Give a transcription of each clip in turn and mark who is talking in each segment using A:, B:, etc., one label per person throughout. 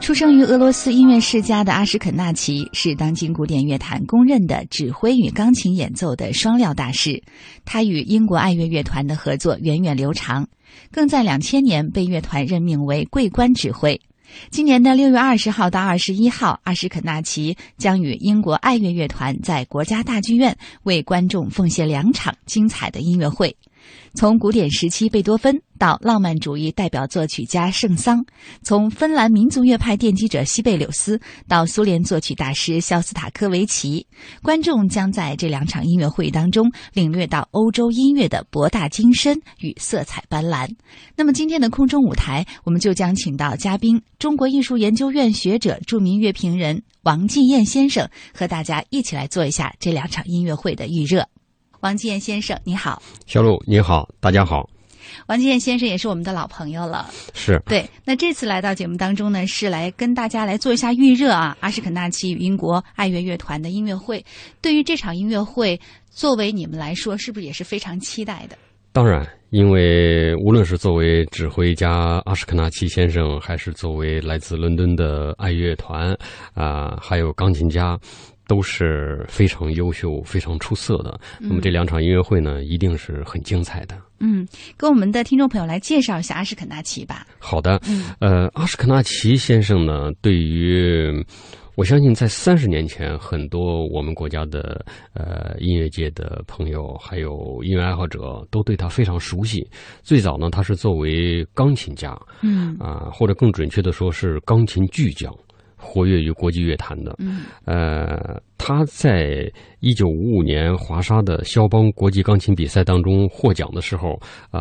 A: 出生于俄罗斯音乐世家的阿什肯纳齐是当今古典乐坛公认的指挥与钢琴演奏的双料大师。他与英国爱乐乐团的合作源远流长，更在2000年被乐团任命为桂冠指挥。今年的6月20号到21号，阿什肯纳齐将与英国爱乐乐团在国家大剧院为观众奉献2场精彩的音乐会。从古典时期贝多芬到浪漫主义代表作曲家圣桑，从芬兰民族乐派奠基者西贝柳斯到苏联作曲大师肖斯塔科维奇，观众将在这2场音乐会当中领略到欧洲音乐的博大精深与色彩斑斓。那么今天的空中舞台，我们就将请到嘉宾中国艺术研究院学者、著名乐评人王继燕先生，和大家一起来做一下这2场音乐会的预热。王继燕先生，你好。
B: 小鲁，你好，大家好。
A: 王继燕先生也是我们的老朋友了，
B: 是
A: 对。那这次来到节目当中呢，是来跟大家来做一下预热啊。阿什肯纳齐与英国爱乐乐团的音乐会，对于这场音乐会，作为你们来说，是不是也是非常期待的？
B: 当然，因为无论是作为指挥家阿什肯纳齐先生，还是作为来自伦敦的爱乐团还有钢琴家，都是非常优秀、非常出色的。那么这2场音乐会呢，一定是很精彩的。
A: 跟我们的听众朋友来介绍一下阿什肯纳齐吧。
B: 好的，阿什肯纳齐先生呢，对于我相信在30年前，很多我们国家的音乐界的朋友，还有音乐爱好者，都对他非常熟悉。最早呢，他是作为钢琴家，或者更准确的说是钢琴巨匠，活跃于国际乐坛的。他在1955年华沙的肖邦国际钢琴比赛当中获奖的时候，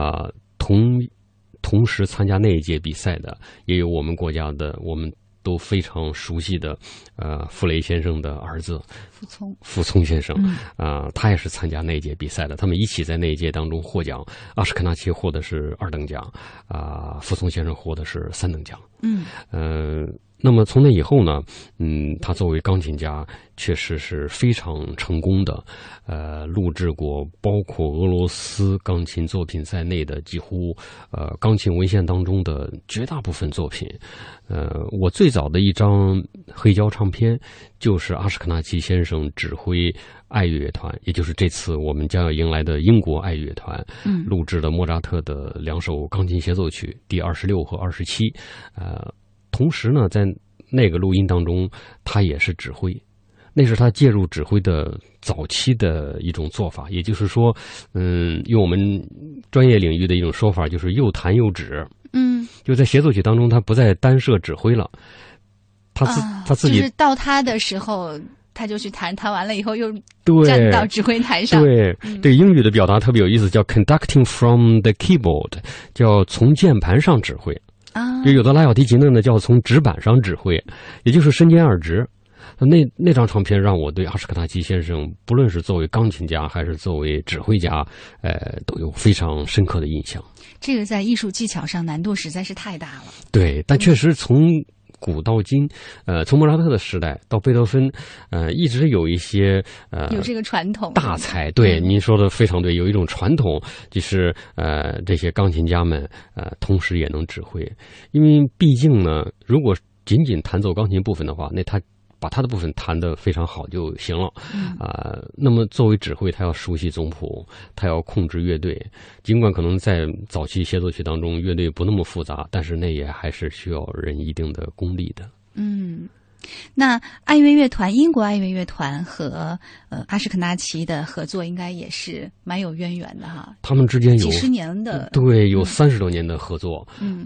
B: 同时参加那一届比赛的也有我们国家的我们都非常熟悉的傅雷先生的儿子傅聪先生，他也是参加那一届比赛的，他们一起在那一届当中获奖。阿什肯纳齐获的是2等奖，傅聪先生获的是3等奖。那么从那以后呢，他作为钢琴家确实是非常成功的，录制过包括俄罗斯钢琴作品在内的几乎钢琴文献当中的绝大部分作品。我最早的一张黑胶唱片就是阿什肯纳齐先生指挥爱乐乐团，也就是这次我们将要迎来的英国爱乐乐团，录制的莫扎特的2首钢琴协奏曲第26和27。同时呢，在那个录音当中，他也是指挥，那是他介入指挥的早期的一种做法。也就是说，用我们专业领域的一种说法，就是又弹又指。就在协奏曲当中，他不再单设指挥了，他自己
A: 就是到他的时候，他就去弹，弹完了以后又站到指挥台上。
B: 对，这个英语的表达特别有意思，叫 conducting from the keyboard， 叫从键盘上指挥。就有的拉小提琴的呢，叫从指板上指挥，也就是身兼2职。那张唱片让我对阿什肯纳齐先生，不论是作为钢琴家还是作为指挥家，都有非常深刻的印象。
A: 这个在艺术技巧上难度实在是太大了。
B: 对，但确实从古到今，从莫扎特的时代到贝多芬，一直有一些
A: 有这个传统
B: 大才。对，您说的非常对，有一种传统，就是这些钢琴家们同时也能指挥，因为毕竟呢，如果仅仅弹奏钢琴部分的话，那他把他的部分弹得非常好就行了。那么作为指挥，他要熟悉总谱，他要控制乐队。尽管可能在早期协奏曲当中乐队不那么复杂，但是那也还是需要人一定的功力的。
A: 那爱乐乐团，英国爱乐乐团和阿什肯纳齐的合作应该也是蛮有渊源的哈。
B: 他们之间有
A: 几十年的，
B: 对，有30多年的合作。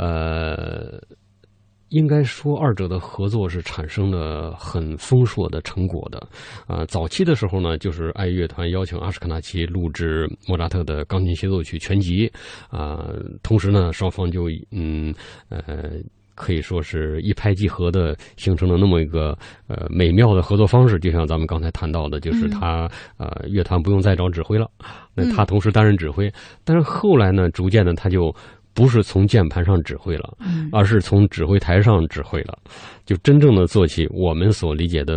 B: 应该说2者的合作是产生了很丰硕的成果的。早期的时候呢，就是爱乐团邀请阿什肯纳齐录制莫扎特的钢琴协奏曲全集，同时呢，双方就可以说是一拍即合的形成了那么一个美妙的合作方式。就像咱们刚才谈到的，就是他乐团不用再找指挥了，那他同时担任指挥。但是后来呢，逐渐的他就不是从键盘上指挥了，而是从指挥台上指挥了，就真正的做起我们所理解的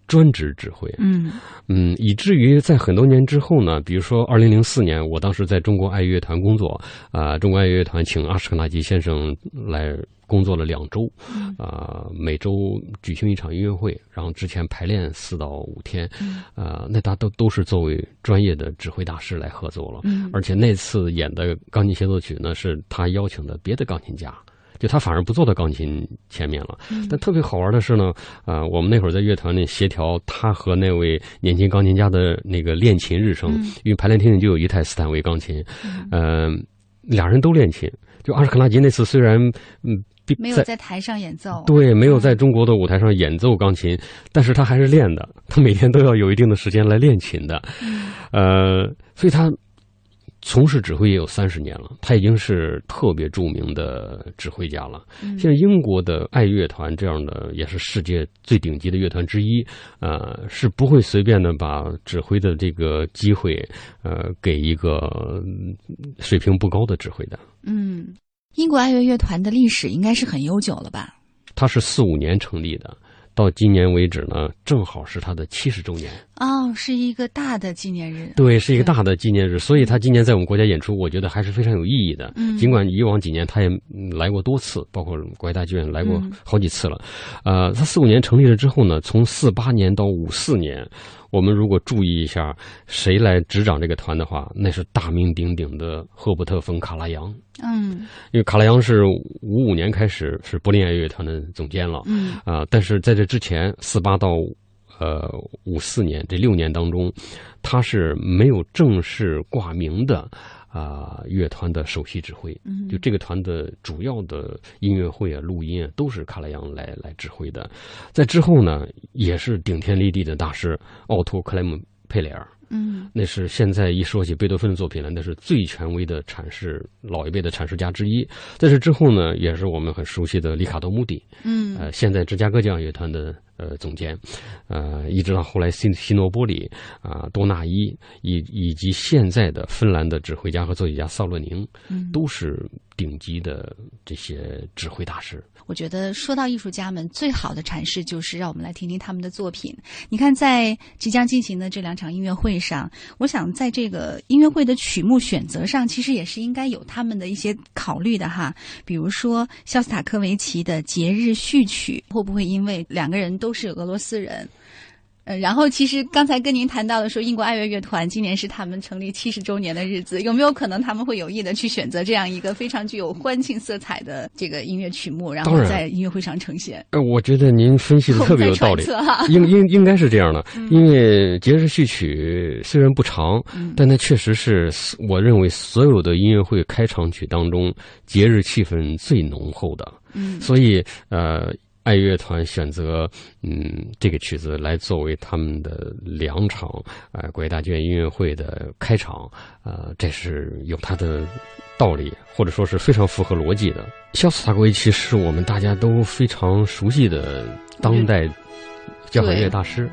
B: 专职指挥，以至于在很多年之后呢，比如说2004年，我当时在中国爱乐乐团工作，中国爱乐乐团请阿什肯纳吉先生来工作了2周，每周举行一场音乐会，然后之前排练4到5天，那他都是作为专业的指挥大师来合作了，而且那次演的钢琴协奏曲呢，是他邀请的别的钢琴家。就他反而不坐到钢琴前面了，但特别好玩的是呢，我们那会儿在乐团里协调他和那位年轻钢琴家的那个练琴日程，因为排练厅里就有一台斯坦威钢琴，俩人都练琴。就阿什肯纳吉那次虽然
A: 没有在台上演奏，
B: 对，没有在中国的舞台上演奏钢琴，但是他还是练的，他每天都要有一定的时间来练琴的，所以他从事指挥也有30年了，他已经是特别著名的指挥家了。现在英国的爱乐团这样的也是世界最顶级的乐团之一，是不会随便的把指挥的这个机会，给一个水平不高的指挥的。
A: 英国爱乐乐团的历史应该是很悠久了吧？
B: 它是45年成立的。到今年为止呢，正好是他的70周年
A: 是一个大的纪念日。
B: 对，是一个大的纪念日，所以他今年在我们国家演出，我觉得还是非常有意义的。尽管以往几年他也来过多次，包括国家大剧院来过好几次了。他45年成立了之后呢，从48年到54年，我们如果注意一下谁来执掌这个团的话，那是大名鼎鼎的赫伯特·冯·卡拉扬。因为卡拉扬是55年开始是柏林爱乐团的总监了，但是在这之前48到54年这6年当中，他是没有正式挂名的乐团的首席指挥，就这个团的主要的音乐会录音都是卡拉扬来指挥的。在之后呢，也是顶天立地的大师奥托·克莱姆佩雷尔。那是现在一说起贝多芬的作品了，那是最权威的阐释，老一辈的阐释家之一。在这之后呢，也是我们很熟悉的里卡多·穆迪，现在芝加哥交响乐团的总监，一直到后来西诺波里多纳伊以及现在的芬兰的指挥家和作曲家萨洛宁，都是顶级的这些指挥大师。
A: 我觉得说到艺术家们，最好的阐释就是让我们来听听他们的作品。你看，在即将进行的这2场音乐会上，我想在这个音乐会的曲目选择上，其实也是应该有他们的一些考虑的哈。比如说肖斯塔科维奇的节日序曲，会不会因为2个人都是俄罗斯人？然后其实刚才跟您谈到的说，英国爱乐乐团今年是他们成立70周年的日子，有没有可能他们会有意的去选择这样一个非常具有欢庆色彩的这个音乐曲目，然后在音乐会上呈现？
B: 我觉得您分析的特别有道理，应该是这样的。因为节日序曲虽然不长，但它确实是我认为所有的音乐会开场曲当中节日气氛最浓厚的。所以爱乐团选择这个曲子来作为他们的2场国家大剧院音乐会的开场，这是有它的道理，或者说是非常符合逻辑的。肖斯塔科维奇是我们大家都非常熟悉的当代交响乐大师，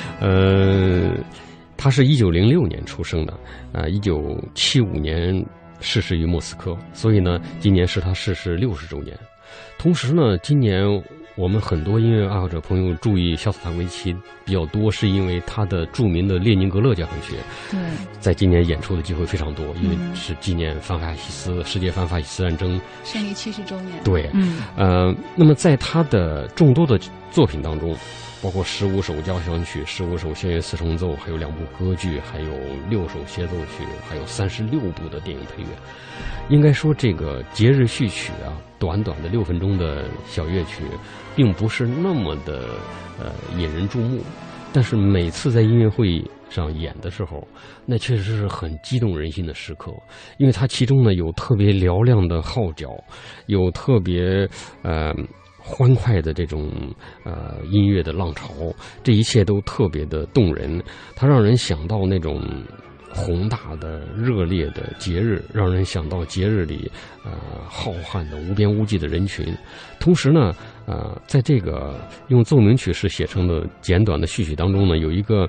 B: 他是1906年出生的，1975年逝世于莫斯科，所以呢，今年是他逝世60周年。同时呢，今年我们很多音乐爱好者朋友注意肖斯塔科维奇比较多，是因为他的著名的列宁格勒交响曲，在今年演出的机会非常多，因为是纪念世界反法西斯战争
A: 胜利70周年。
B: 对，那么在他的众多的作品当中，包括15首交响曲、15首弦乐四重奏，还有2部歌剧，还有6首协奏曲，还有36部的电影配乐。应该说，这个节日序曲短短的6分钟的小乐曲，并不是那么的引人注目，但是每次在音乐会上演的时候，那确实是很激动人心的时刻，因为它其中呢有特别嘹亮的号角，有特别欢快的这种音乐的浪潮，这一切都特别的动人，它让人想到那种宏大的热烈的节日，让人想到节日里浩瀚的无边无际的人群。同时呢在这个用奏鸣曲式写成的简短的序曲当中呢，有一个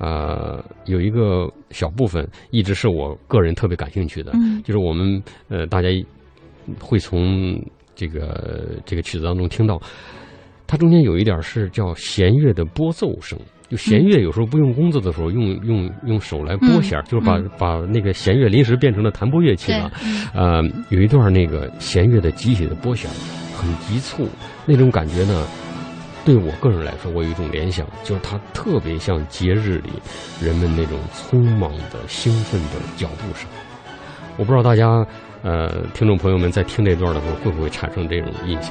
B: 小部分一直是我个人特别感兴趣的，就是我们大家会从这个曲子当中听到，它中间有一点是叫弦乐的拨奏声， 就弦乐有时候不用弓子的时候，用手来拨弦，就是把那个弦乐临时变成了弹拨乐器了。有一段那个弦乐的集体的拨弦，很急促，那种感觉呢，对我个人来说，我有一种联想，就是它特别像节日里人们那种匆忙的、兴奋的脚步声。我不知道大家听众朋友们在听这段的时候，会不会产生这种印象？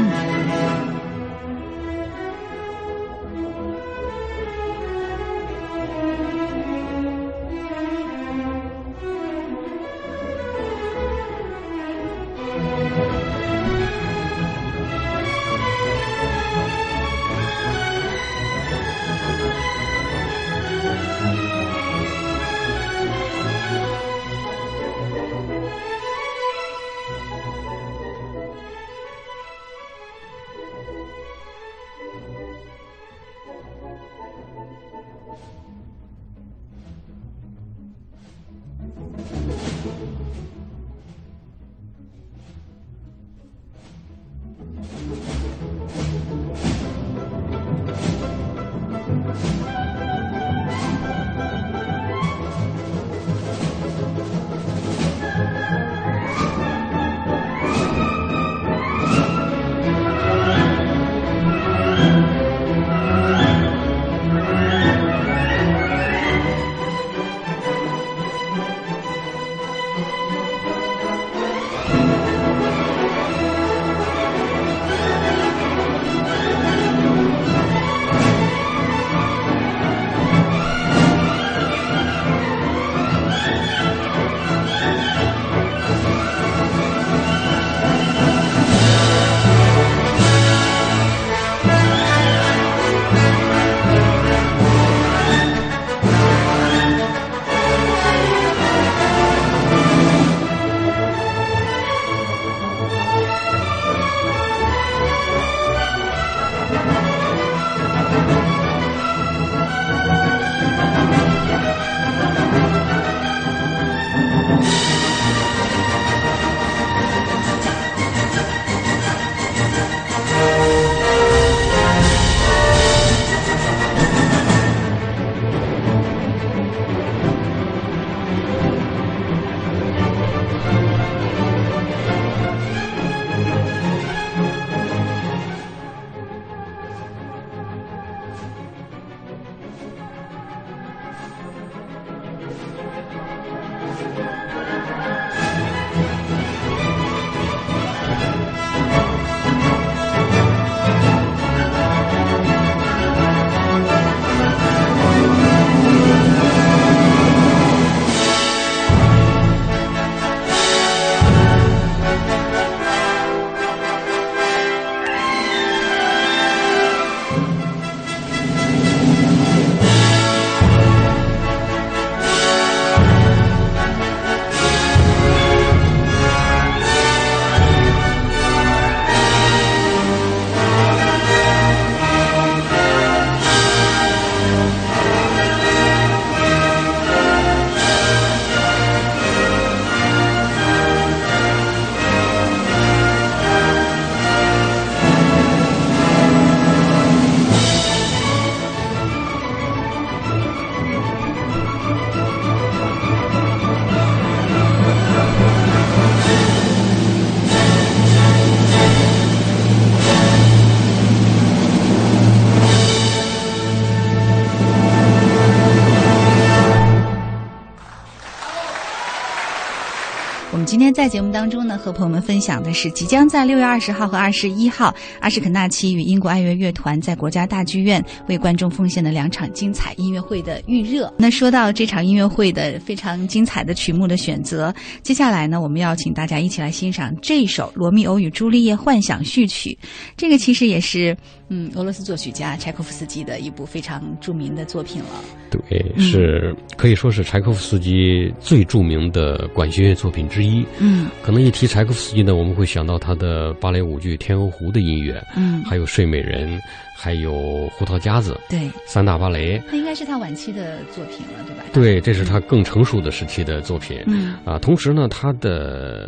A: 今天在节目当中呢，和朋友们分享的是即将在6月20号和21号，阿什肯纳奇与英国爱乐乐团在国家大剧院为观众奉献的2场精彩音乐会的预热。那说到这场音乐会的非常精彩的曲目的选择，接下来呢，我们要请大家一起来欣赏这首《罗密欧与朱丽叶幻想序曲》。这个其实也是俄罗斯作曲家柴可夫斯基的一部非常著名的作品了。
B: 对，是可以说是柴可夫斯基最著名的管弦乐作品之一。可能一提柴可夫斯基呢，我们会想到他的芭蕾舞剧《天鹅湖》的音乐，还有《睡美人》，还有《胡桃夹子》，
A: 对
B: ，3大芭蕾。
A: 那应该是他晚期的作品了，对吧？
B: 对，这是他更成熟的时期的作品。同时呢，他的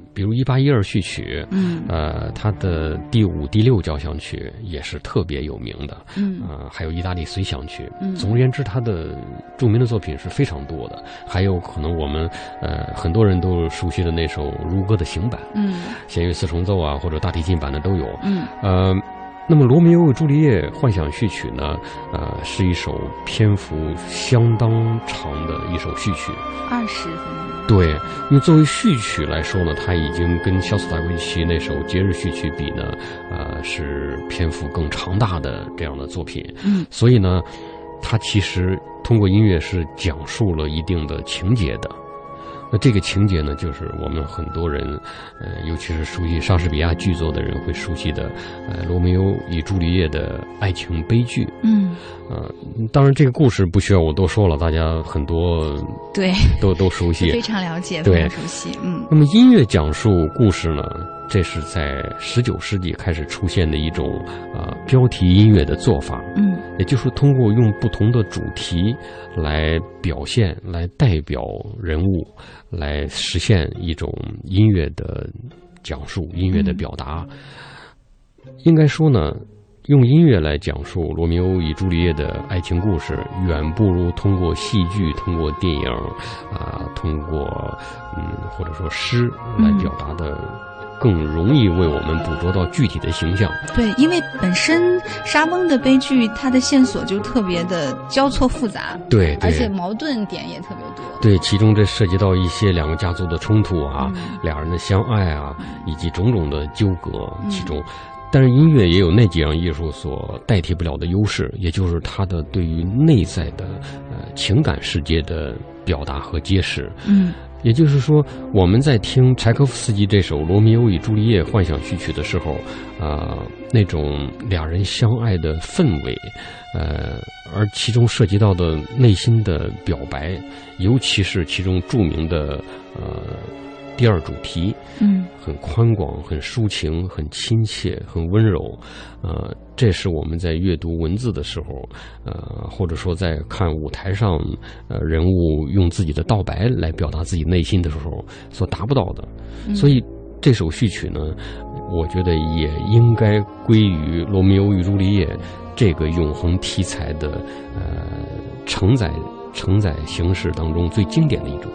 B: 比如1812序曲，它的第5、第6交响曲也是特别有名的，还有意大利随想曲，总而言之，它的著名的作品是非常多的。还有可能我们很多人都熟悉的那首如歌的行版，弦乐四重奏啊，或者大提琴版的都有，那么《罗密欧与朱丽叶》幻想序曲呢，是一首篇幅相当长的一首序曲
A: ，20分钟。
B: 对，因为作为序曲来说呢，它已经跟肖斯塔科维奇那首节日序曲比呢，是篇幅更长大的这样的作品。所以呢，它其实通过音乐是讲述了一定的情节的。那这个情节呢，就是我们很多人，尤其是熟悉莎士比亚剧作的人会熟悉的，罗密欧与朱丽叶的爱情悲剧。当然这个故事不需要我多说了，大家很多
A: 对
B: 都熟悉，
A: 非常了解，
B: 对，
A: 非常熟悉。
B: 那么音乐讲述故事呢，这是在19世纪开始出现的一种标题音乐的做法。也就是通过用不同的主题来表现、来代表人物，来实现一种音乐的讲述、音乐的表达。应该说呢，用音乐来讲述罗密欧与朱丽叶的爱情故事，远不如通过戏剧、通过电影通过或者说诗来表达的更容易为我们捕捉到具体的形象。
A: 对，因为本身莎翁的悲剧，它的线索就特别的交错复杂，
B: 对，
A: 而且矛盾点也特别多。
B: 对，其中这涉及到一些两个家族的冲突啊，俩人的相爱啊，以及种种的纠葛其中。但是音乐也有那几样艺术所代替不了的优势，也就是它的对于内在的情感世界的表达和揭示。也就是说，我们在听柴可夫斯基这首《罗密欧与朱丽叶》幻想序曲的时候，那种俩人相爱的氛围，而其中涉及到的内心的表白，尤其是其中著名的第2主题，很宽广、很抒情、很亲切、很温柔，这是我们在阅读文字的时候，或者说在看舞台上，人物用自己的道白来表达自己内心的时候所达不到的。所以这首序曲呢，我觉得也应该归于《罗密欧与朱丽叶》这个永恒题材的承载形式当中最经典的一种。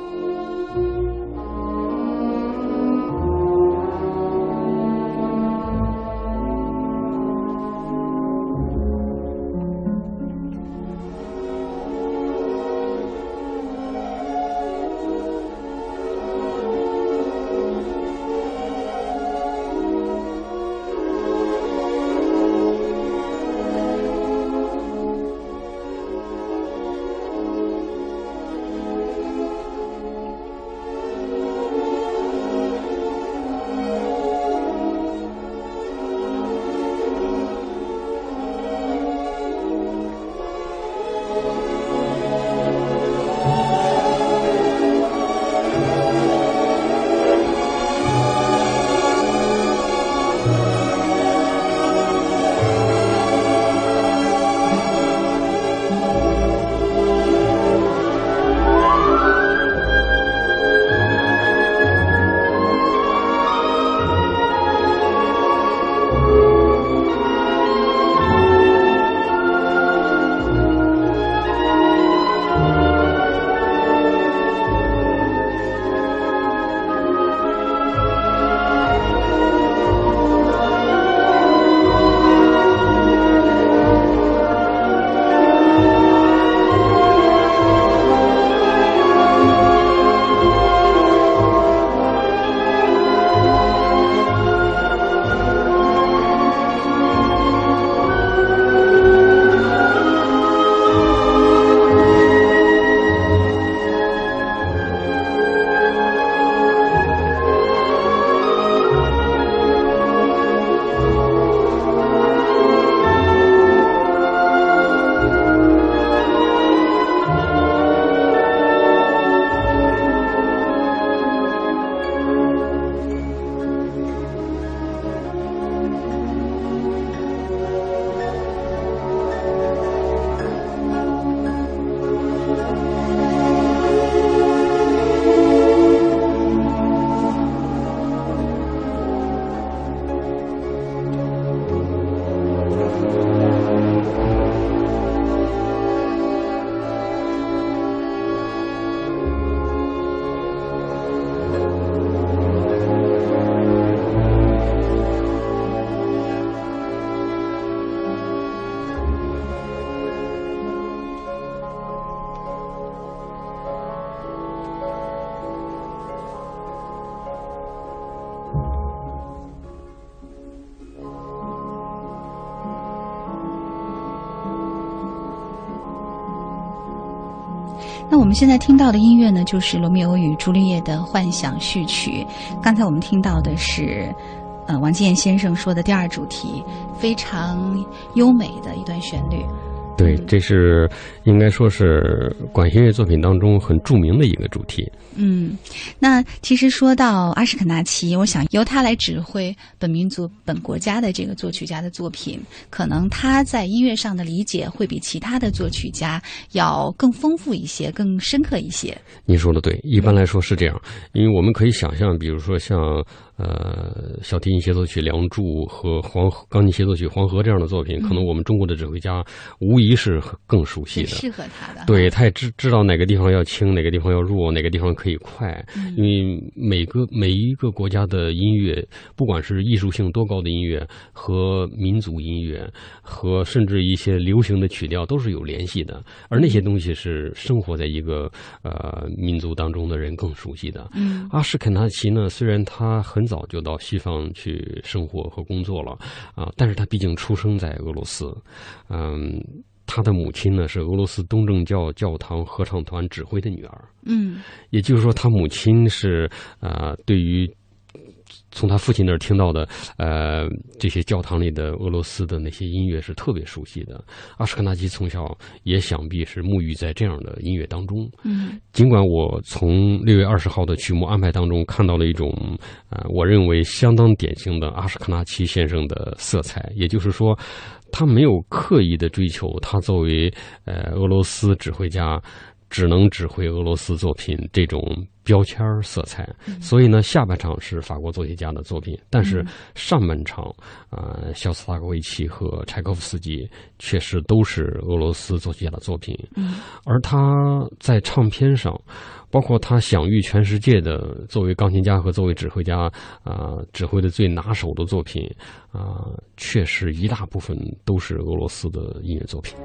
A: 那我们现在听到的音乐呢，就是《罗密欧与朱丽叶》的幻想序曲。刚才我们听到的是王金燕先生说的第二主题，非常优美的一段旋律。
B: 对，这是应该说是管弦乐作品当中很著名的一个主题。
A: 那其实说到阿什肯纳齐，我想由他来指挥本民族、本国家的这个作曲家的作品，可能他在音乐上的理解会比其他的作曲家要更丰富一些、更深刻一些。
B: 您说的对，一般来说是这样，因为我们可以想象，比如说像小提琴协奏曲《梁祝》和钢琴协奏曲《黄河》这样的作品，可能我们中国的指挥家无疑是更熟悉的，
A: 适合他的。
B: 对，他也知道哪个地方要轻，哪个地方要弱，哪个地方可以快。因为每一个国家的音乐，不管是艺术性多高的音乐和民族音乐，和甚至一些流行的曲调都是有联系的，而那些东西是生活在一个民族当中的人更熟悉的。阿什肯纳齐呢，虽然他很早就到西方去生活和工作了但是他毕竟出生在俄罗斯，他的母亲呢是俄罗斯东正教教堂合唱团指挥的女儿，也就是说他母亲是对于从他父亲那儿听到的这些教堂里的俄罗斯的那些音乐是特别熟悉的。阿什肯纳齐从小也想必是沐浴在这样的音乐当中。尽管我从6月20号的曲目安排当中看到了一种我认为相当典型的阿什肯纳齐先生的色彩，也就是说他没有刻意的追求他作为俄罗斯指挥家只能指挥俄罗斯作品这种标签色彩，所以呢，下半场是法国作曲家的作品，但是上半场肖斯塔科维奇和柴可夫斯基确实都是俄罗斯作曲家的作品。而他在唱片上，包括他享誉全世界的作为钢琴家和作为指挥家指挥的最拿手的作品确实一大部分都是俄罗斯的音乐作品。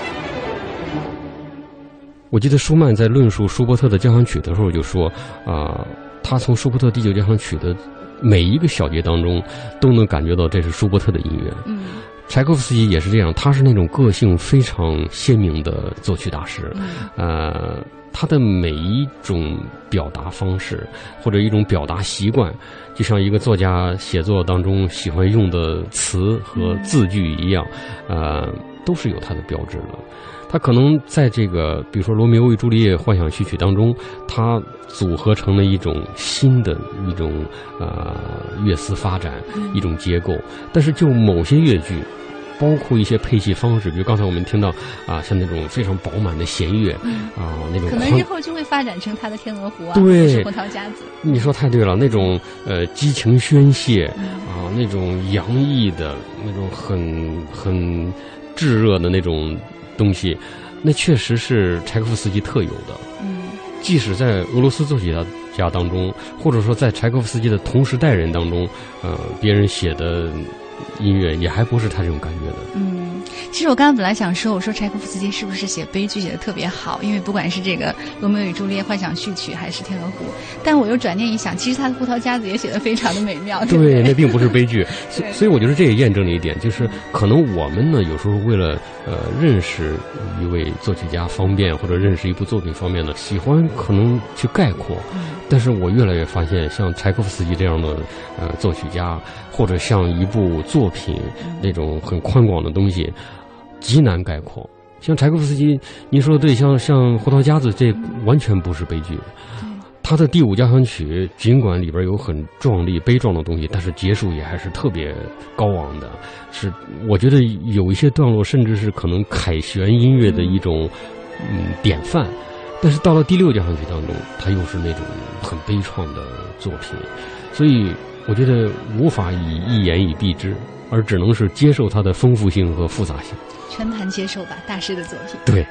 B: 我记得舒曼在论述舒伯特的交响曲的时候就说他从舒伯特第9交响曲的每一个小节当中都能感觉到这是舒伯特的音乐。柴可夫斯基也是这样，他是那种个性非常鲜明的作曲大师。他的每一种表达方式或者一种表达习惯，就像一个作家写作当中喜欢用的词和字句一样，都是有他的标志的。他可能在这个比如说罗密欧与朱丽叶幻想序曲当中，他组合成了一种新的一种乐思发展，一种结构。但是就某些乐句，包括一些配器方式，比如刚才我们听到像那种非常饱满的弦乐那种
A: 可能日后就会发展成他的天鹅湖
B: 对，
A: 胡桃夹子。
B: 你说太对了，那种激情宣泄那种洋溢的那种很炙热的那种东西，那确实是柴可夫斯基特有的。即使在俄罗斯作曲家当中，或者说在柴可夫斯基的同时代人当中，别人写的音乐也还不是他这种感觉的。
A: 其实我刚刚本来想说，我说柴可夫斯基是不是写悲剧写得特别好？因为不管是这个《罗密欧与朱丽叶幻想序曲》还是《天鹅湖》，但我又转念一想，其实他的《胡桃夹子》也写得非常的美妙。
B: 对，那并不是悲剧。所以我觉得这也验证了一点，就是可能我们呢有时候为了认识一位作曲家方便，或者认识一部作品方面呢，喜欢可能去概括。但是我越来越发现，像柴可夫斯基这样的作曲家，或者像一部作品那种很宽广的东西，极难概括。像柴可夫斯基，您说的对，像《胡桃夹子》这完全不是悲剧。他的第5交响曲尽管里边有很壮丽悲壮的东西，但是结束也还是特别高昂的，是我觉得有一些段落甚至是可能凯旋音乐的一种典范。但是到了第6交响曲当中，它又是那种很悲怆的作品，所以我觉得无法以一言以蔽之，而只能是接受它的丰富性和复杂性，
A: 全盘接受吧，大师的作品。
B: 对。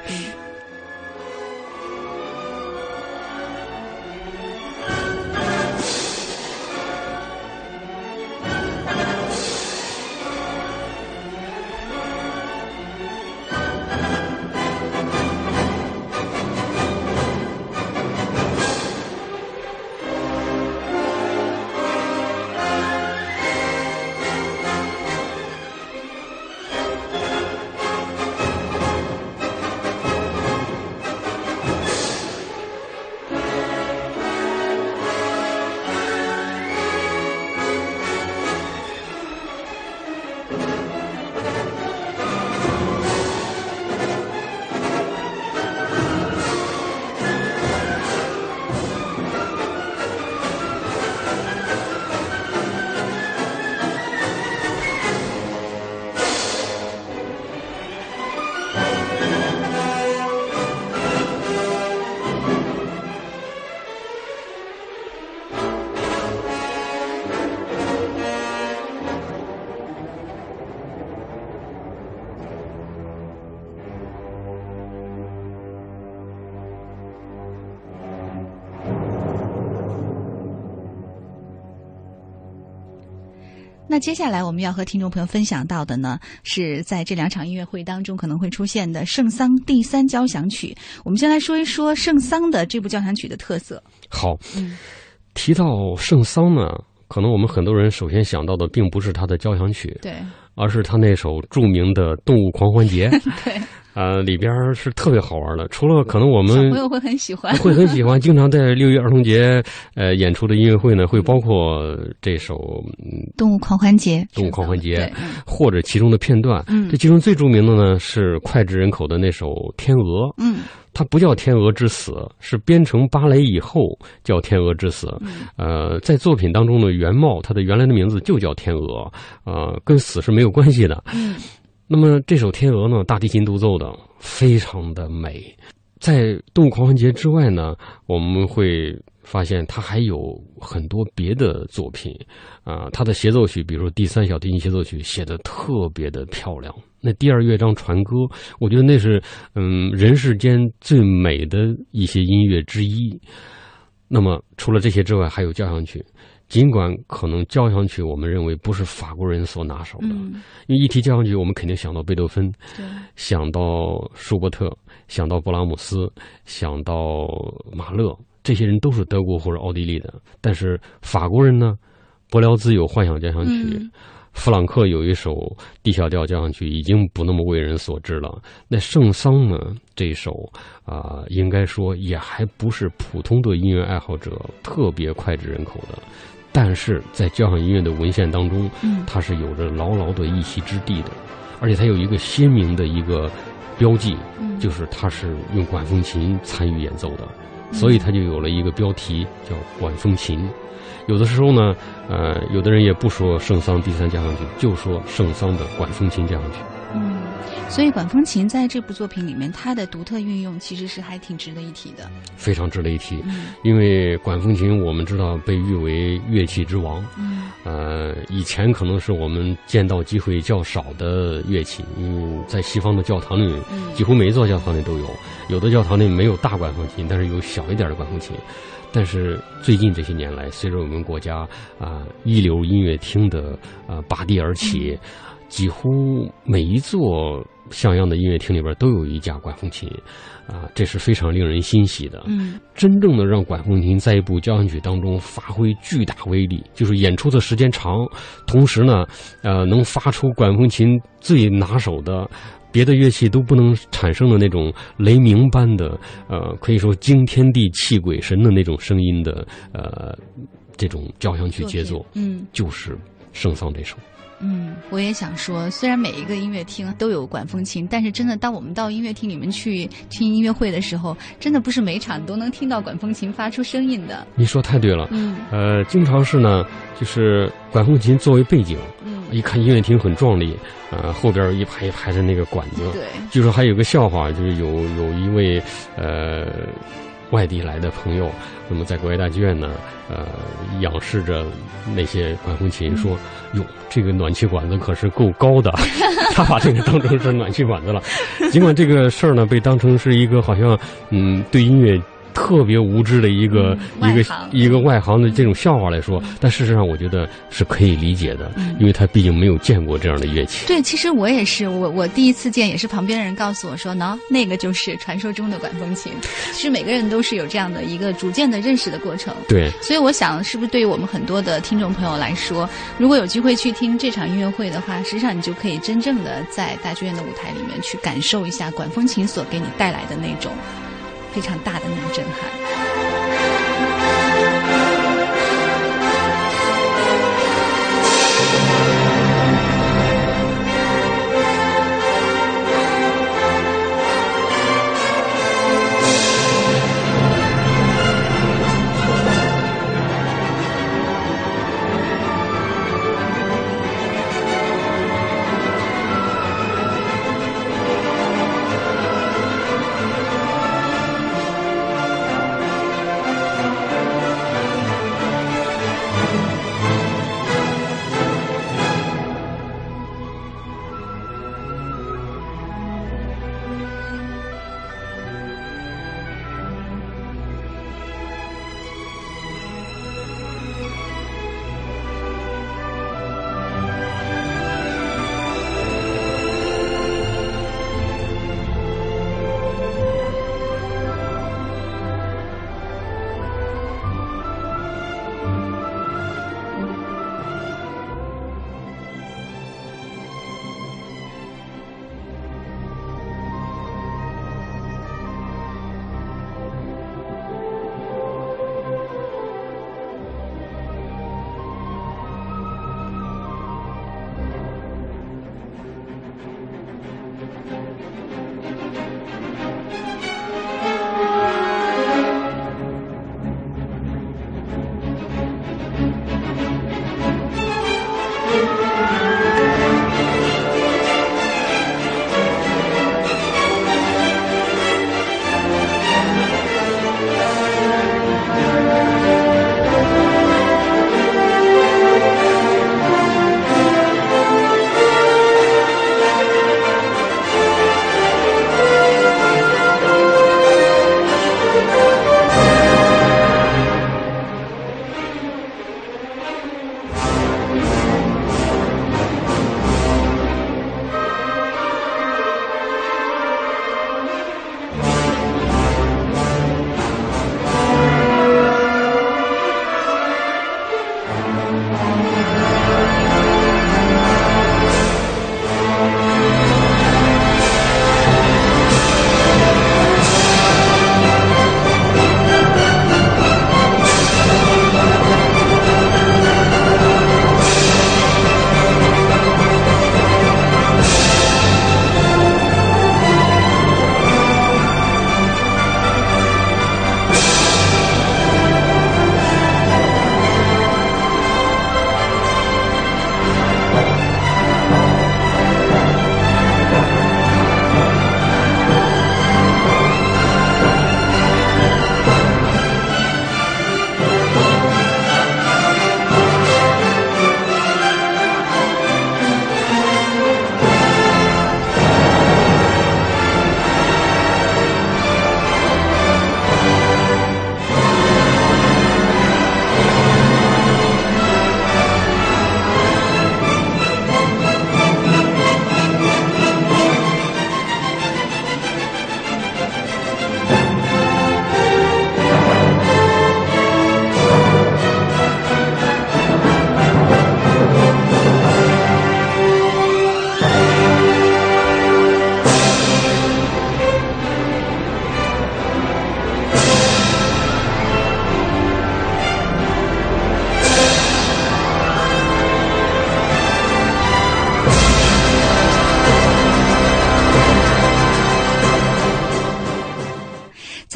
A: 那接下来我们要和听众朋友分享到的呢，是在这2场音乐会当中可能会出现的圣桑第3交响曲。我们先来说一说圣桑的这部交响曲的特色。
B: 好，提到圣桑呢，可能我们很多人首先想到的并不是他的交响曲，
A: 对，
B: 而是他那首著名的《动物狂欢节》。
A: 对。
B: 里边是特别好玩的，除了可能我们
A: 小朋友会很喜欢，
B: 经常在6一儿童节演出的音乐会呢，会包括这首
A: 动物狂欢节，
B: 或者其中的片段。这其中最著名的呢是脍炙人口的那首《天鹅》。它不叫《天鹅之死》，是编成芭蕾以后叫《天鹅之死》。在作品当中的原貌，它的原来的名字就叫《天鹅》，跟死是没有关系的。那么这首《天鹅》呢，大提琴独奏的非常的美。在动物狂欢节之外呢，我们会发现它还有很多别的作品它的协奏曲，比如说第3小提琴协奏曲写得特别的漂亮。那第2乐章船歌，我觉得那是人世间最美的一些音乐之一。那么除了这些之外，还有交响曲。尽管可能交响曲我们认为不是法国人所拿手的，因为一提交响曲我们肯定想到贝多芬，想到舒伯特，想到勃拉姆斯，想到马勒， 这些人都是德国或者奥地利的。但是法国人呢，柏辽兹有幻想交响曲，弗朗克有一首 D 小调交响曲，已经不那么为人所知了。那圣桑呢，这一首应该说也还不是普通的音乐爱好者特别脍炙人口的，但是在交响音乐的文献当中，它是有着牢牢的一席之地的，而且它有一个鲜明的一个标记，就是它是用管风琴参与演奏的，所以它就有了一个标题叫管风琴。有的时候呢，有的人也不说圣桑第三交响曲，就说圣桑的管风琴交响曲。
A: 所以管风琴在这部作品里面，它的独特运用其实是还挺值得一提的，
B: 非常值得一提。因为管风琴我们知道被誉为乐器之王，以前可能是我们见到机会较少的乐器，在西方的教堂里，几乎每一座教堂里都有，有的教堂里没有大管风琴，但是有小一点的管风琴。但是最近这些年来，随着我们国家一流音乐厅的拔地而起，几乎每一座像样的音乐厅里边都有一架管风琴，这是非常令人欣喜的。真正的让管风琴在一部交响曲当中发挥巨大威力，就是演出的时间长，同时呢，能发出管风琴最拿手的，别的乐器都不能产生的那种雷鸣般的，可以说惊天地泣鬼神的那种声音的，这种交响曲杰作，就是圣桑这首。
A: 我也想说，虽然每一个音乐厅都有管风琴，但是真的当我们到音乐厅里面去听音乐会的时候，真的不是每场都能听到管风琴发出声音的。
B: 你说太对了。经常是呢，就是管风琴作为背景，一看音乐厅很壮丽，后边一排一排的那个管子。
A: 对，
B: 据说还有个笑话，就是有一位外地来的朋友，那么在国家大剧院呢，仰视着那些管风琴说：“哟，这个暖气管子可是够高的。”他把这个当成是暖气管子了。尽管这个事儿呢被当成是一个好像对音乐特别无知的一个外行的这种笑话来说，但事实上我觉得是可以理解的，因为他毕竟没有见过这样的乐器。
A: 对，其实我也是，我第一次见也是旁边的人告诉我说，那个就是传说中的管风琴。其实每个人都是有这样的一个逐渐的认识的过程。
B: 对，
A: 所以我想，是不是对于我们很多的听众朋友来说，如果有机会去听这场音乐会的话，实际上你就可以真正的在大剧院的舞台里面去感受一下管风琴所给你带来的那种非常大的那种震撼。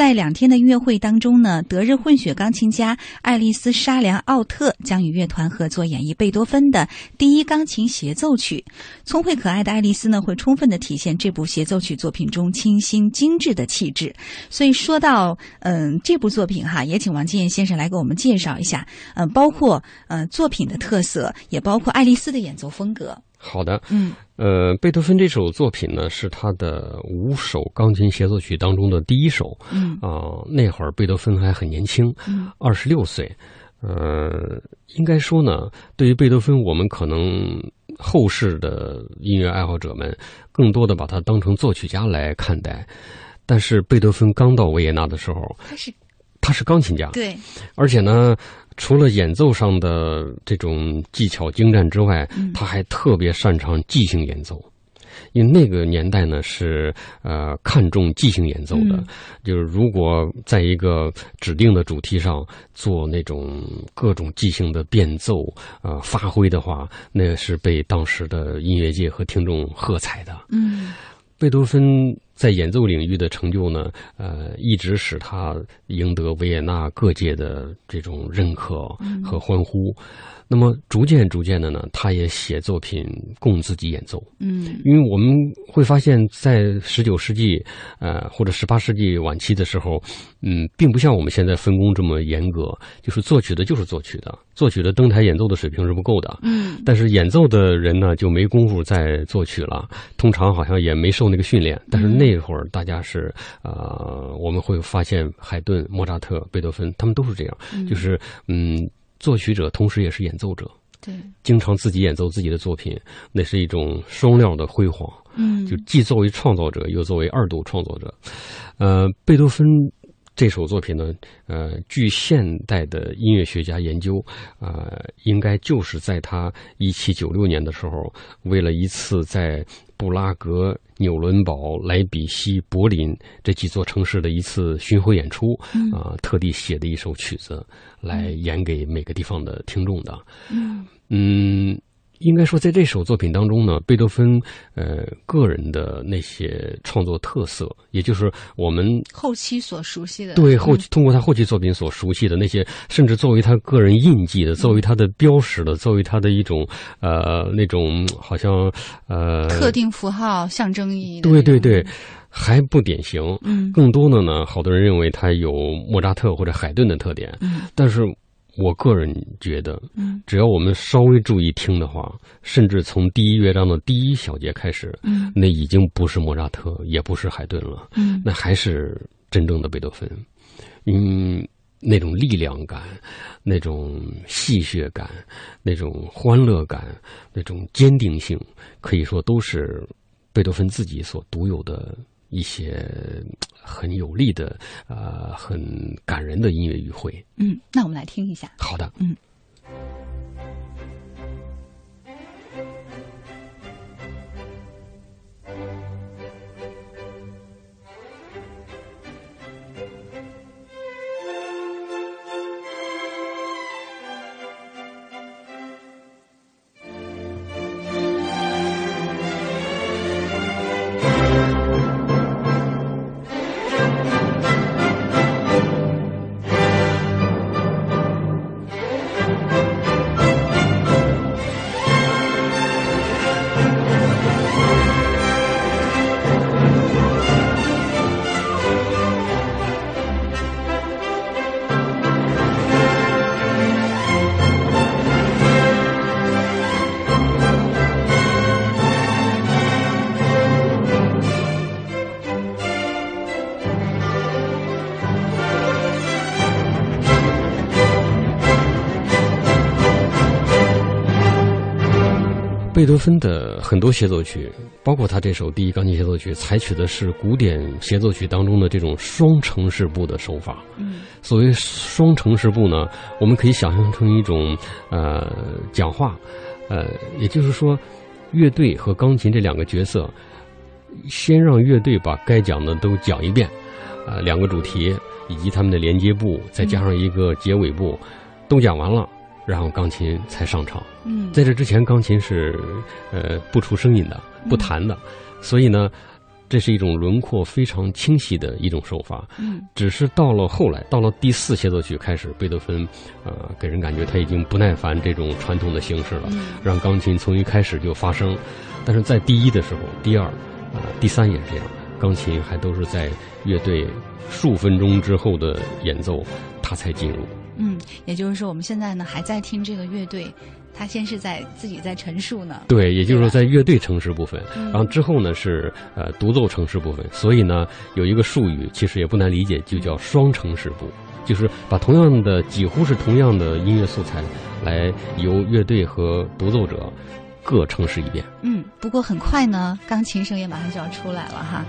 A: 在2天的音乐会当中呢，德日混血钢琴家爱丽丝·沙良·奥特将与乐团合作演绎贝多芬的第一钢琴协奏曲。聪慧可爱的爱丽丝呢，会充分的体现这部协奏曲作品中清新精致的气质。所以说到这部作品哈，也请王金燕先生来给我们介绍一下，包括作品的特色，也包括爱丽丝的演奏风格。
B: 好的，贝多芬这首作品呢是他的5首钢琴协奏曲当中的第1首。那会儿贝多芬还很年轻，26岁。应该说呢，对于贝多芬，我们可能后世的音乐爱好者们更多的把他当成作曲家来看待。但是贝多芬刚到维也纳的时候，他是钢琴家，对，而且呢，除了演奏上的这种技巧精湛之外，他还特别擅长即兴演奏。因为那个年代呢是看重即兴演奏的，就是如果在一个指定的主题上做那种各种即兴的变奏发挥的话，那是被当时的音乐界和听众喝彩的。贝多芬在演奏领域的成就呢，一直使他赢得维也纳各界的这种认可和欢呼。那么逐渐的呢，他也写作品供自己演奏。因为我们会发现，在19世纪，或者18世纪晚期的时候，并不像我们现在分工这么严格，就是作曲的就是作曲的，作曲的登台演奏的水平是不够的。但是演奏的人呢，就没工夫再作曲了，通常好像也没受那个训练。但是那会儿大家是，我们会发现海顿、莫扎特、贝多芬，他们都是这样，就是作曲者同时也是演奏者，对，经常自己演奏自己的作品，那是一种双料的辉煌。就既作为创造者，又作为2度创作者。贝多芬这首作品呢，据现代的音乐学家研究，应该就是在他1796年的时候，为了一次在布拉格、纽伦堡、莱比锡、柏林这几座城市的一次巡回演出，特地写的一首曲子来演给每个地方的听众的。应该说，在这首作品当中呢，贝多芬个人的那些创作特色，也就是我们
A: 后期所熟悉的，
B: 对通过他后期作品所熟悉的那些，甚至作为他个人印记的，作为他的标识的，作为他的一种那种好像
A: 特定符号、象征意义的，
B: 对。还不典型，更多的呢，好多人认为他有莫扎特或者海顿的特点，但是我个人觉得，只要我们稍微注意听的话，甚至从第1乐章的第1小节开始，那已经不是莫扎特，也不是海顿了，那还是真正的贝多芬。那种力量感，那种戏谑感，那种欢乐感，那种坚定性，可以说都是贝多芬自己所独有的一些很有力的很感人的音乐语汇。
A: 那我们来听一下。
B: 好的。贝多芬的很多协奏曲，包括他这首第1钢琴协奏曲，采取的是古典协奏曲当中的这种双呈示部的手法。所谓双呈示部呢，我们可以想象成一种讲话，也就是说，乐队和钢琴这2个角色，先让乐队把该讲的都讲一遍，2个主题以及他们的连接部，再加上一个结尾部，都讲完了。然后钢琴才上场。在这之前，钢琴是不出声音的，不弹的，所以呢， 这是一种轮廓非常清晰的一种手法。只是到了后来，到了第4协奏曲开始，贝多芬给人感觉他已经不耐烦这种传统的形式了，让钢琴从一开始就发声。但是在第1的时候，第2、第3也是这样，钢琴还都是在乐队数分钟之后的演奏，它才进入。
A: 也就是说，我们现在呢还在听这个乐队，他先是自己在陈述呢。
B: 对，也就是说在乐队程式部分，然后之后呢是独奏程式部分。所以呢有一个术语其实也不难理解，就叫双程式部，就是把同样的几乎是同样的音乐素材来由乐队和独奏者各程式一遍。
A: 不过很快呢，钢琴声也马上就要出来了哈。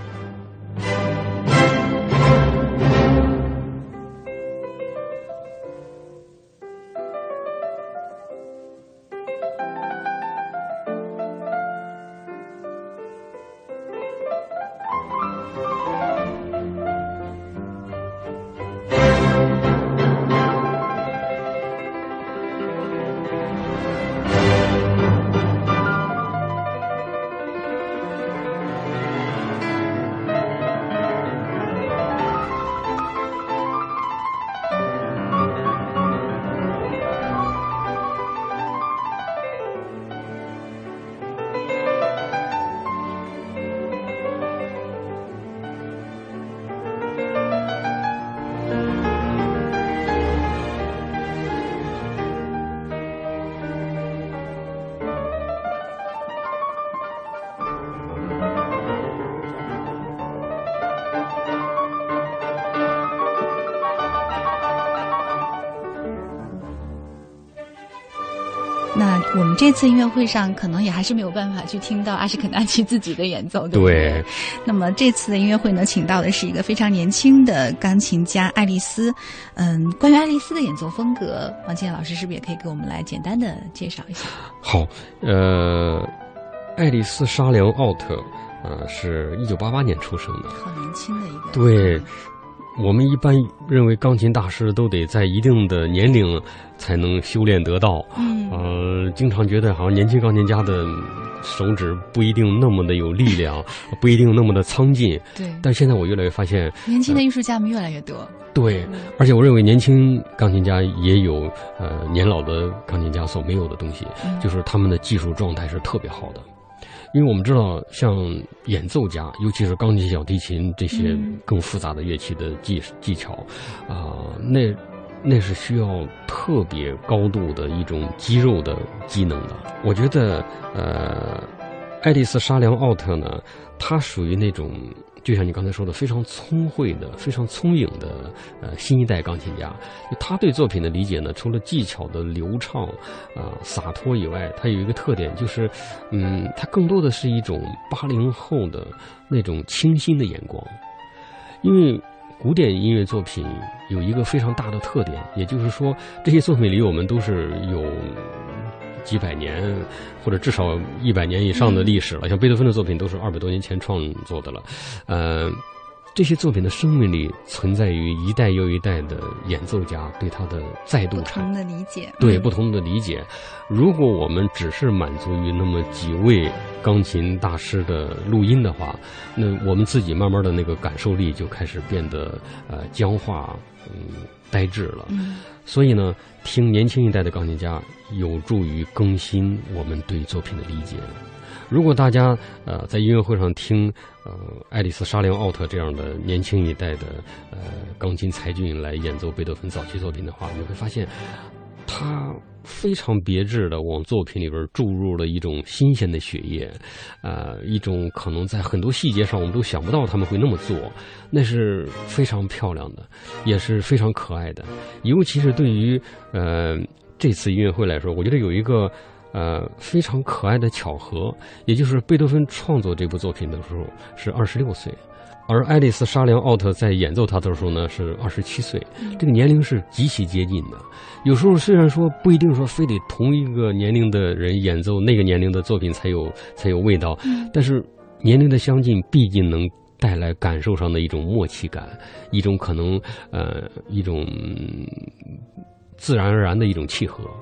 A: 那我们这次音乐会上可能也还是没有办法去听到阿什肯纳齐自己的演奏，对不对？
B: 对。
A: 那么这次的音乐会呢，请到的是一个非常年轻的钢琴家爱丽丝。关于爱丽丝的演奏风格，王建老师是不是也可以给我们来简单的介绍一下？
B: 好，爱丽丝·沙良奥特，是1988年出生的，
A: 好年轻的一个。
B: 对。我们一般认为钢琴大师都得在一定的年龄才能修炼得道，经常觉得好像年轻钢琴家的手指不一定那么的有力量，不一定那么的苍劲。
A: 对，
B: 但现在我越来越发现，
A: 年轻的艺术家们越来越多。
B: 对，而且我认为年轻钢琴家也有年老的钢琴家所没有的东西，就是他们的技术状态是特别好的。因为我们知道，像演奏家，尤其是钢琴、小提琴这些更复杂的乐器的技巧，那是需要特别高度的一种肌肉的机能的。我觉得，爱丽丝·沙良奥特呢，她属于那种，就像你刚才说的，非常聪慧的、非常聪颖的新一代钢琴家。他对作品的理解呢，除了技巧的流畅洒脱以外，他有一个特点，就是他更多的是一种80后的那种清新的眼光。因为古典音乐作品有一个非常大的特点，也就是说，这些作品离我们都是有几百年或者至少100年以上的历史了，像贝多芬的作品都是200多年前创作的了。这些作品的生命力存在于一代又一代的演奏家对它的再度
A: 不同的理解。
B: 对，不同的理解。如果我们只是满足于那么几位钢琴大师的录音的话，那我们自己慢慢的那个感受力就开始变得僵化、呆滞了。所以呢，听年轻一代的钢琴家有助于更新我们对作品的理解。如果大家在音乐会上听爱丽丝·沙良奥特这样的年轻一代的钢琴才俊来演奏贝多芬早期作品的话，你会发现他非常别致的往作品里边注入了一种新鲜的血液，一种可能在很多细节上我们都想不到他们会那么做，那是非常漂亮的，也是非常可爱的。尤其是对于这次音乐会来说，我觉得有一个非常可爱的巧合，也就是贝多芬创作这部作品的时候是26岁，而爱丽丝·沙良奥特在演奏它的时候呢是27岁，这个年龄是极其接近的。有时候虽然说不一定说非得同一个年龄的人演奏那个年龄的作品才有味道，但是年龄的相近毕竟能带来感受上的一种默契感，一种可能一种自然而然的一种契合。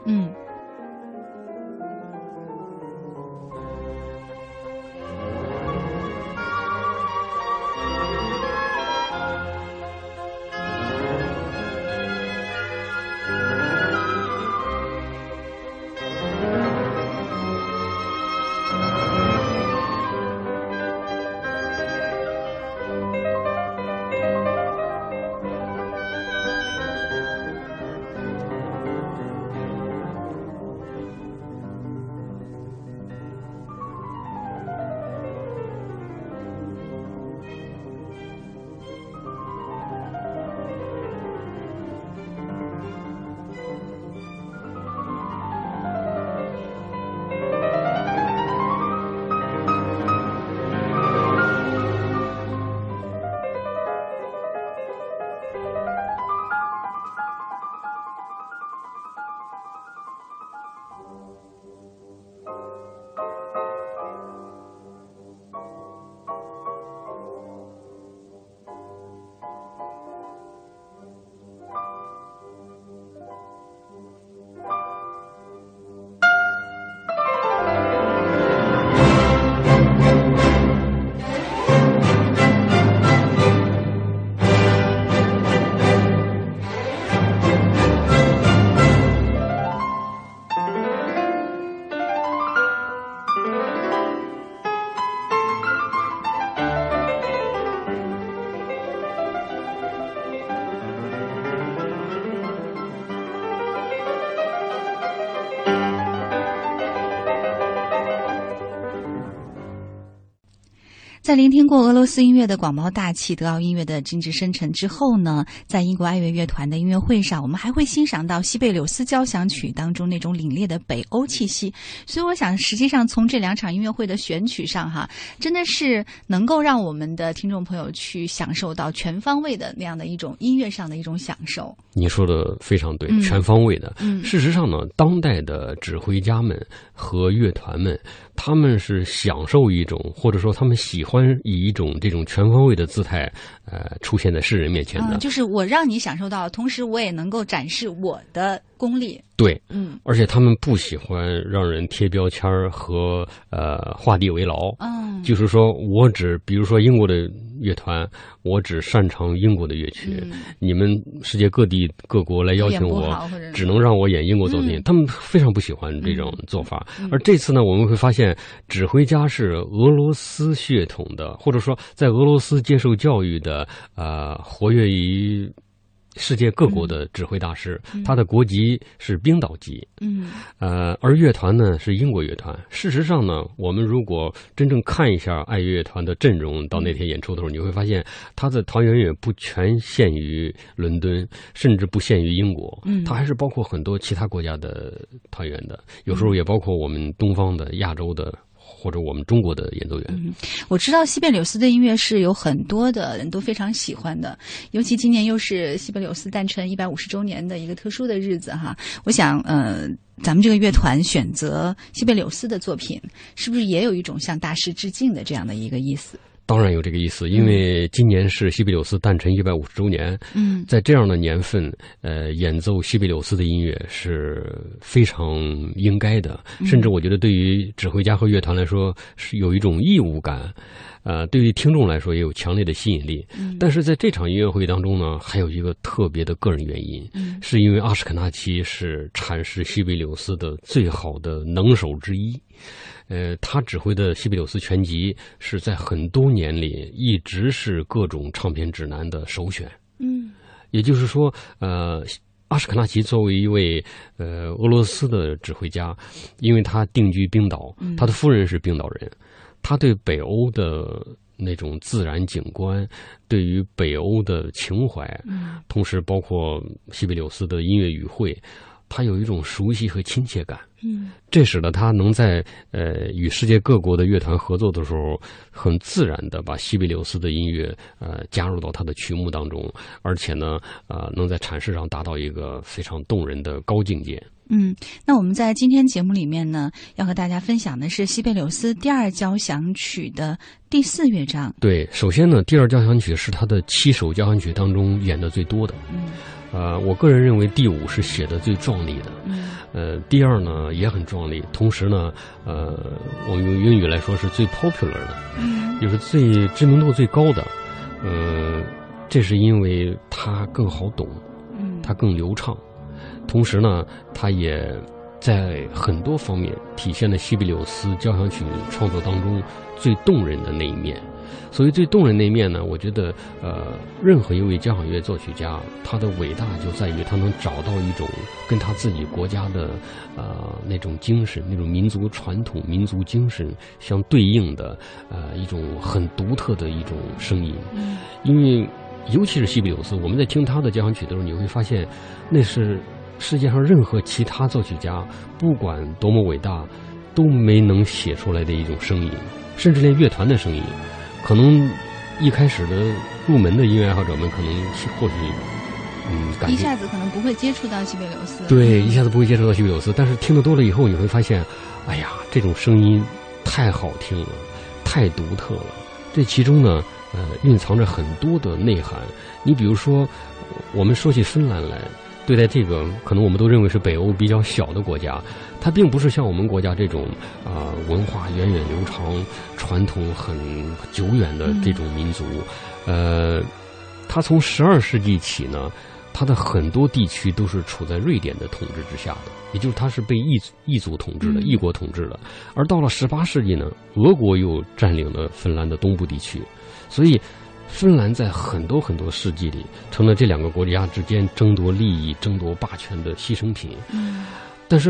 A: 在聆听过俄罗斯音乐的广袤大气、德奥音乐的精致深沉之后呢，在英国爱乐乐团的音乐会上，我们还会欣赏到西贝柳斯交响曲当中那种凛冽的北欧气息。所以我想，实际上从这2场音乐会的选曲上哈，真的是能够让我们的听众朋友去享受到全方位的那样的一种音乐上的一种享受。
B: 你说的非常对，全方位的。事实上呢，当代的指挥家们和乐团们，他们是享受一种，或者说他们喜欢以一种这种全方位的姿态，出现在世人面前的。
A: 就是我让你享受到，同时我也能够展示我的功力。
B: 对，而且他们不喜欢让人贴标签和画地为牢。就是说我比如说英国的乐团，我只擅长英国的乐曲，你们世界各地各国来邀请我，只能让我演英国作品，他们非常不喜欢这种做法。而这次呢，我们会发现指挥家是俄罗斯血统的，或者说在俄罗斯接受教育的，活跃于世界各国的指挥大师，他的国籍是冰岛籍，而乐团呢是英国乐团。事实上呢，我们如果真正看一下爱乐乐团的阵容，到那天演出的时候，你会发现他的团员也不全限于伦敦，甚至不限于英国，他还是包括很多其他国家的团员的，有时候也包括我们东方的、亚洲的，或者我们中国的演奏员。
A: 我知道西贝柳斯的音乐是有很多的人都非常喜欢的，尤其今年又是西贝柳斯诞辰150周年的一个特殊的日子哈。我想咱们这个乐团选择西贝柳斯的作品，是不是也有一种向大师致敬的这样的一个意思？
B: 当然有这个意思，因为今年是西贝柳斯诞辰150周年。在这样的年份，演奏西贝柳斯的音乐是非常应该的，甚至我觉得对于指挥家和乐团来说是有一种义务感，对于听众来说也有强烈的吸引力。但是在这场音乐会当中呢，还有一个特别的个人原因，是因为阿什肯纳齐是阐释西贝柳斯的最好的能手之一。他指挥的西贝柳斯全集是在很多年里一直是各种唱片指南的首选。也就是说，阿什肯纳齐作为一位俄罗斯的指挥家，因为他定居冰岛，他的夫人是冰岛人，他对北欧的那种自然景观，对于北欧的情怀，同时包括西贝柳斯的音乐语汇，他有一种熟悉和亲切感。这使得他能在与世界各国的乐团合作的时候，很自然的把西贝柳斯的音乐加入到他的曲目当中，而且呢能在阐释上达到一个非常动人的高境界。
A: 那我们在今天节目里面呢，要和大家分享的是西贝柳斯第2交响曲的第4乐章。对，
B: 首先呢，第2交响曲是他的7首交响曲当中演的最多的。我个人认为第5是写的最壮丽的。第2呢也很壮丽，同时呢，我们用英语来说是最 popular 的，就是最知名度最高的。这是因为它更好懂，它更流畅，同时呢，它也在很多方面体现了西贝柳斯交响曲创作当中最动人的那一面。所谓最动人那一面呢，我觉得任何一位交响乐作曲家，他的伟大就在于他能找到一种跟他自己国家的那种精神，那种民族传统、民族精神相对应的一种很独特的一种声音。因为尤其是西贝柳斯，我们在听他的交响曲的时候，你会发现那是世界上任何其他作曲家不管多么伟大都没能写出来的一种声音，甚至连乐团的声音，可能一开始的入门的音乐爱好者们可能或许
A: 一下子可能不会接触到西贝柳斯，
B: 对，一下子不会接触到西贝柳斯，但是听得多了以后，你会发现，哎呀，这种声音太好听了，太独特了。这其中呢，蕴藏着很多的内涵。你比如说，我们说起芬兰来，对待这个可能我们都认为是北欧比较小的国家，它并不是像我们国家这种文化源远流长、传统很久远的这种民族。它从12世纪起呢，它的很多地区都是处在瑞典的统治之下的，也就是它是被异族统治的、异国统治的。而到了18世纪呢，俄国又占领了芬兰的东部地区，所以芬兰在很多很多世纪里成了这两个国家之间争夺利益、争夺霸权的牺牲品。但是呢，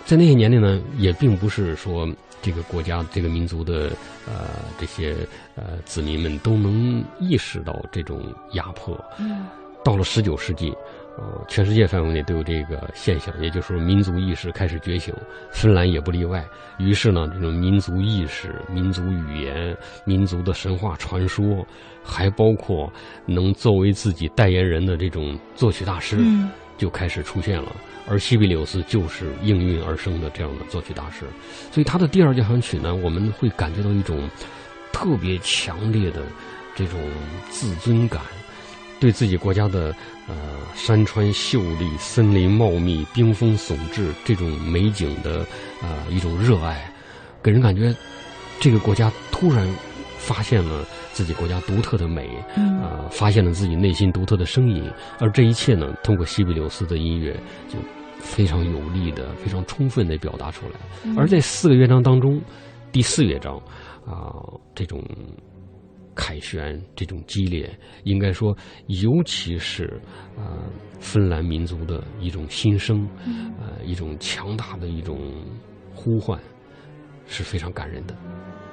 B: 在那些年里呢，也并不是说这个国家、这个民族的这些子民们都能意识到这种压迫。到了19世纪，全世界范围内都有这个现象，也就是说民族意识开始觉醒，芬兰也不例外。于是呢，这种民族意识、民族语言、民族的神话传说，还包括能作为自己代言人的这种作曲大师，就开始出现了。而西比柳斯就是应运而生的这样的作曲大师，所以他的第二交响曲呢，我们会感觉到一种特别强烈的这种自尊感，对自己国家的山川秀丽、森林茂密、冰封耸峙这种美景的一种热爱，给人感觉这个国家突然发现了自己国家独特的美，发现了自己内心独特的声音，而这一切呢，通过西比柳斯的音乐就非常有力的、非常充分的表达出来。而在4个乐章当中，第4乐章这种凯旋、这种激烈，应该说，尤其是芬兰民族的一种心声，一种强大的一种呼唤，是非常感人的。